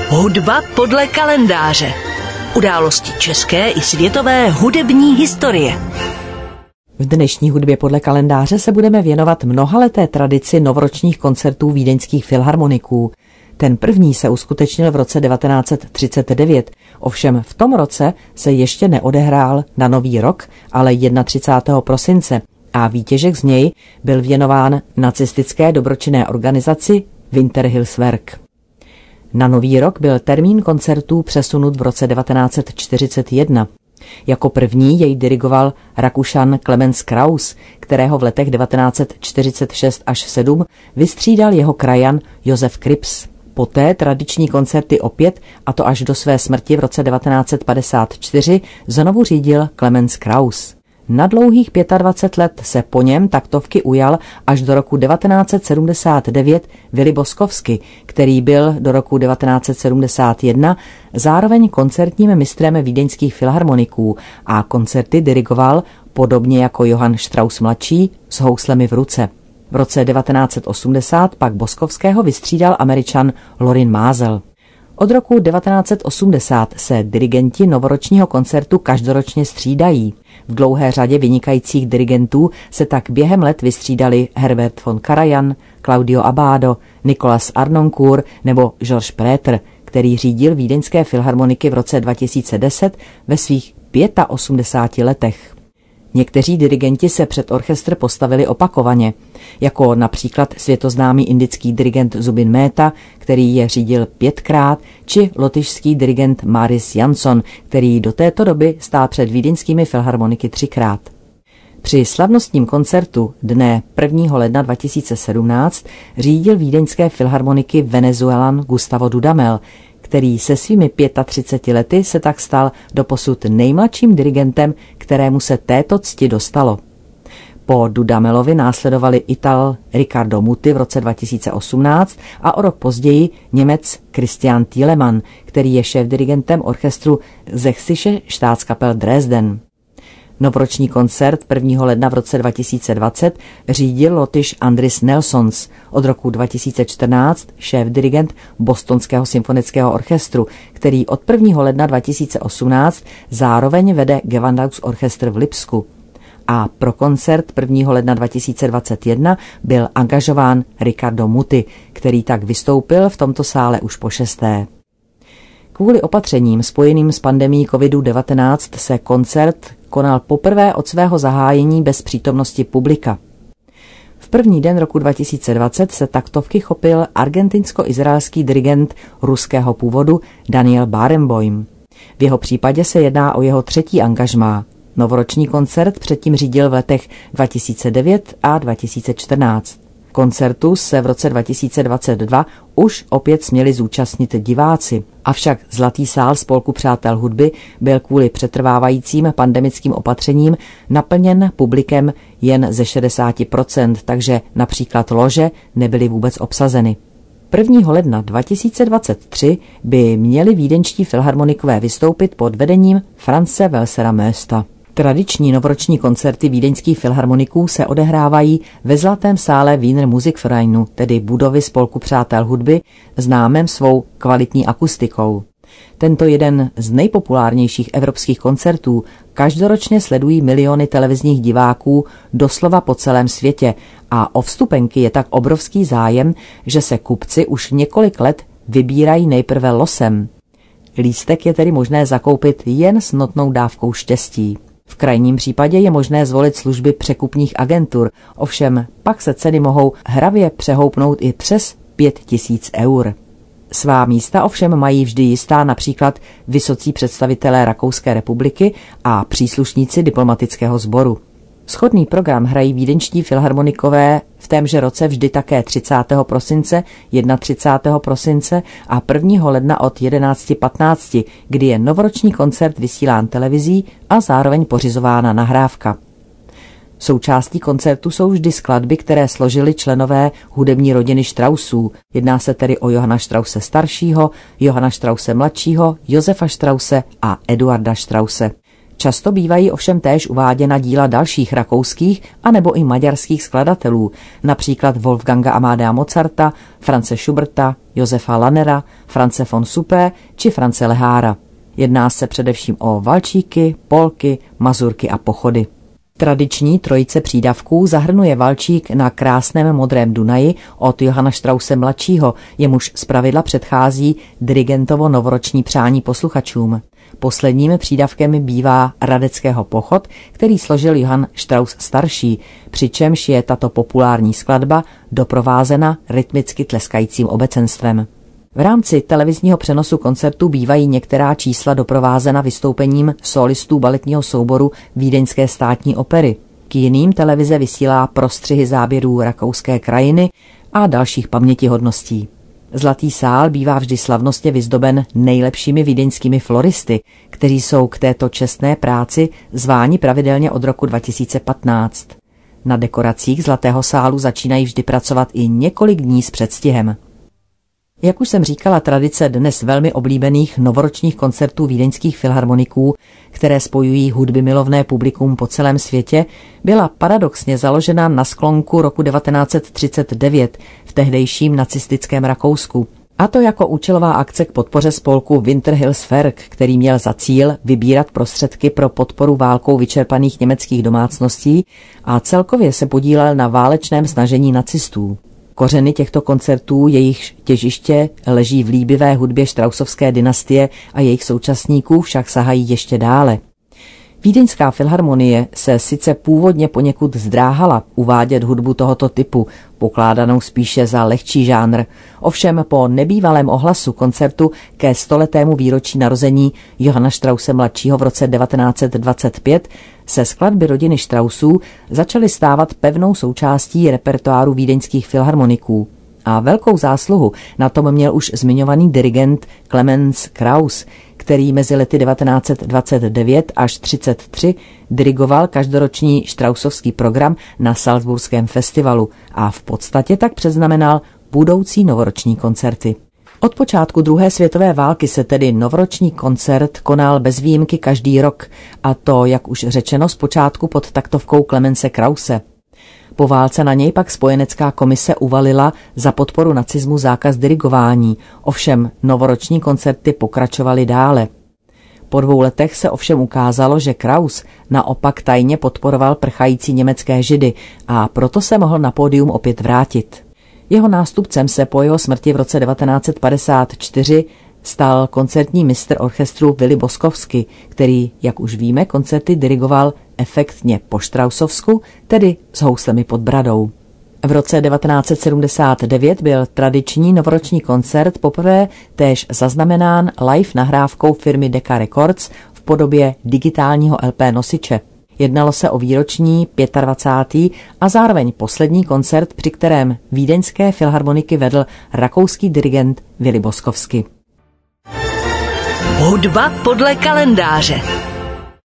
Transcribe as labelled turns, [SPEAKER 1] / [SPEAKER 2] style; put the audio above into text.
[SPEAKER 1] Hudba podle kalendáře. Události české i světové hudební historie.
[SPEAKER 2] V dnešní hudbě podle kalendáře se budeme věnovat mnohaleté tradici novoročních koncertů vídeňských filharmoniků. Ten první se uskutečnil v roce 1939, ovšem v tom roce se ještě neodehrál na Nový rok, ale 31. prosince a výtěžek z něj byl věnován nacistické dobročinné organizaci Winterhilfswerk. Na Nový rok byl termín koncertů přesunut v roce 1941. Jako první jej dirigoval Rakušan Klemens Krauss, kterého v letech 1946 až 7 vystřídal jeho krajan Josef Krips. Poté tradiční koncerty opět, a to až do své smrti v roce 1954, znovu řídil Klemens Krauss. Na dlouhých 25 let se po něm taktovky ujal až do roku 1979 Willy Boskovsky, který byl do roku 1971 zároveň koncertním mistrem vídeňských filharmoniků a koncerty dirigoval, podobně jako Johann Strauss mladší, s houslemi v ruce. V roce 1980 pak Boskovského vystřídal Američan Lorin Maazel. Od roku 1980 se dirigenti novoročního koncertu každoročně střídají. V dlouhé řadě vynikajících dirigentů se tak během let vystřídali Herbert von Karajan, Claudio Abbado, Nicolas Harnoncourt nebo Georges Prétre, který řídil vídeňské filharmoniky v roce 2010 ve svých 85 letech. Někteří dirigenti se před orchestr postavili opakovaně, jako například světoznámý indický dirigent Zubin Mehta, který je řídil 5krát, či lotyšský dirigent Maris Jansson, který do této doby stál před vídeňskými filharmoniky 3krát. Při slavnostním koncertu dne 1. ledna 2017 řídil vídeňské filharmoniky Venezuelan Gustavo Dudamel, který se svými 35 lety se tak stal doposud nejmladším dirigentem, kterému se této cti dostalo. Po Dudamelovi následovali Ital Riccardo Muti v roce 2018 a o rok později Němec Christian Thielemann, který je šéfdirigentem orchestru Sächsische Staatskapelle Dresden. Novoroční koncert 1. ledna v roce 2020 řídil Lotyš Andris Nelsons, od roku 2014 šéfdirigent Bostonského symfonického orchestru, který od 1. ledna 2018 zároveň vede Gewandhaus Orchestr v Lipsku. A pro koncert 1. ledna 2021 byl angažován Riccardo Muti, který tak vystoupil v tomto sále už po 6. Kvůli opatřením spojeným s pandemií COVID-19 se koncert konal poprvé od svého zahájení bez přítomnosti publika. V první den roku 2020 se taktovky chopil argentinsko-izraelský dirigent ruského původu Daniel Barenboim. V jeho případě se jedná o jeho 3. angažmá. Novoroční koncert předtím řídil v letech 2009 a 2014. Koncertu se v roce 2022 už opět směli zúčastnit diváci. Avšak Zlatý sál Spolku přátel hudby byl kvůli přetrvávajícím pandemickým opatřením naplněn publikem jen ze 60%, takže například lože nebyly vůbec obsazeny. 1. ledna 2023 by měli vídeňští filharmonikové vystoupit pod vedením Franze Welsera Mösta. Tradiční novoroční koncerty vídeňských filharmoniků se odehrávají ve Zlatém sále Wiener Musikvereinu, tedy budovy Spolku přátel hudby, známém svou kvalitní akustikou. Tento jeden z nejpopulárnějších evropských koncertů každoročně sledují miliony televizních diváků doslova po celém světě a o vstupenky je tak obrovský zájem, že se kupci už několik let vybírají nejprve losem. Lístek je tedy možné zakoupit jen s notnou dávkou štěstí. V krajním případě je možné zvolit služby překupních agentur, ovšem pak se ceny mohou hravě přehoupnout i přes 5 000 eur. Svá místa ovšem mají vždy jistá například vysocí představitelé Rakouské republiky a příslušníci diplomatického sboru. Shodný program hrají vídeňští filharmonikové v témže roce vždy také 30. prosince, 31. prosince a 1. ledna od 11:15, kdy je novoroční koncert vysílán televizí a zároveň pořizována nahrávka. Součástí koncertu jsou vždy skladby, které složili členové hudební rodiny Straussů. Jedná se tedy o Johanna Strausse staršího, Johanna Strausse mladšího, Josefa Strausse a Eduarda Strausse. Často bývají ovšem též uváděna díla dalších rakouských anebo i maďarských skladatelů, například Wolfganga Amadea Mozarta, Franze Schuberta, Josefa Lannera, Franze von Suppé či France Lehára. Jedná se především o valčíky, polky, mazurky a pochody. Tradiční trojice přídavků zahrnuje valčík Na krásném modrém Dunaji od Johanna Strausse mladšího, jemuž zpravidla předchází dirigentovo novoroční přání posluchačům. Posledním přídavkem bývá Radeckého pochod, který složil Johann Strauss starší, přičemž je tato populární skladba doprovázena rytmicky tleskajícím obecenstvem. V rámci televizního přenosu koncertu bývají některá čísla doprovázena vystoupením solistů baletního souboru Vídeňské státní opery. K jiným televize vysílá prostřihy záběrů rakouské krajiny a dalších pamětihodností. Zlatý sál bývá vždy slavnostně vyzdoben nejlepšími vídeňskými floristy, kteří jsou k této čestné práci zváni pravidelně od roku 2015. Na dekoracích Zlatého sálu začínají vždy pracovat i několik dní s předstihem. Jak už jsem říkala, tradice dnes velmi oblíbených novoročních koncertů vídeňských filharmoniků, které spojují hudby milovné publikum po celém světě, byla paradoxně založena na sklonku roku 1939 v tehdejším nacistickém Rakousku. A to jako účelová akce k podpoře spolku Winterhilswerk, který měl za cíl vybírat prostředky pro podporu válkou vyčerpaných německých domácností a celkově se podílel na válečném snažení nacistů. Kořeny těchto koncertů, jejichž těžiště leží v líbivé hudbě Straussovské dynastie a jejich současníků, však sahají ještě dále. Vídeňská filharmonie se sice původně poněkud zdráhala uvádět hudbu tohoto typu, pokládanou spíše za lehčí žánr, ovšem po nebývalém ohlasu koncertu ke 100letému výročí narození Johanna Strausse mladšího v roce 1925 se skladby rodiny Straussů začaly stávat pevnou součástí repertoáru vídeňských filharmoniků. A velkou zásluhu na tom měl už zmiňovaný dirigent Clemens Krauss, který mezi lety 1929 až 1933 dirigoval každoroční Straussovský program na Salzburském festivalu a v podstatě tak předznamenal budoucí novoroční koncerty. Od počátku druhé světové války se tedy novoroční koncert konal bez výjimky každý rok, a to, jak už řečeno, zpočátku pod taktovkou Clemense Krause. Po válce na něj pak spojenecká komise uvalila za podporu nacismu zákaz dirigování, ovšem novoroční koncerty pokračovaly dále. Po 2 letech se ovšem ukázalo, že Krauss naopak tajně podporoval prchající německé Židy a proto se mohl na pódium opět vrátit. Jeho nástupcem se po jeho smrti v roce 1954 stal koncertní mistr orchestru Willy Boskovsky, který, jak už víme, koncerty dirigoval efektně po Straussovsku, tedy s houslemi pod bradou. V roce 1979 byl tradiční novoroční koncert poprvé též zaznamenán live nahrávkou firmy Decca Records v podobě digitálního LP nosiče. Jednalo se o výroční 25. a zároveň poslední koncert, při kterém vídeňské filharmoniky vedl rakouský dirigent Willy Boskovsky.
[SPEAKER 1] Hudba podle kalendáře.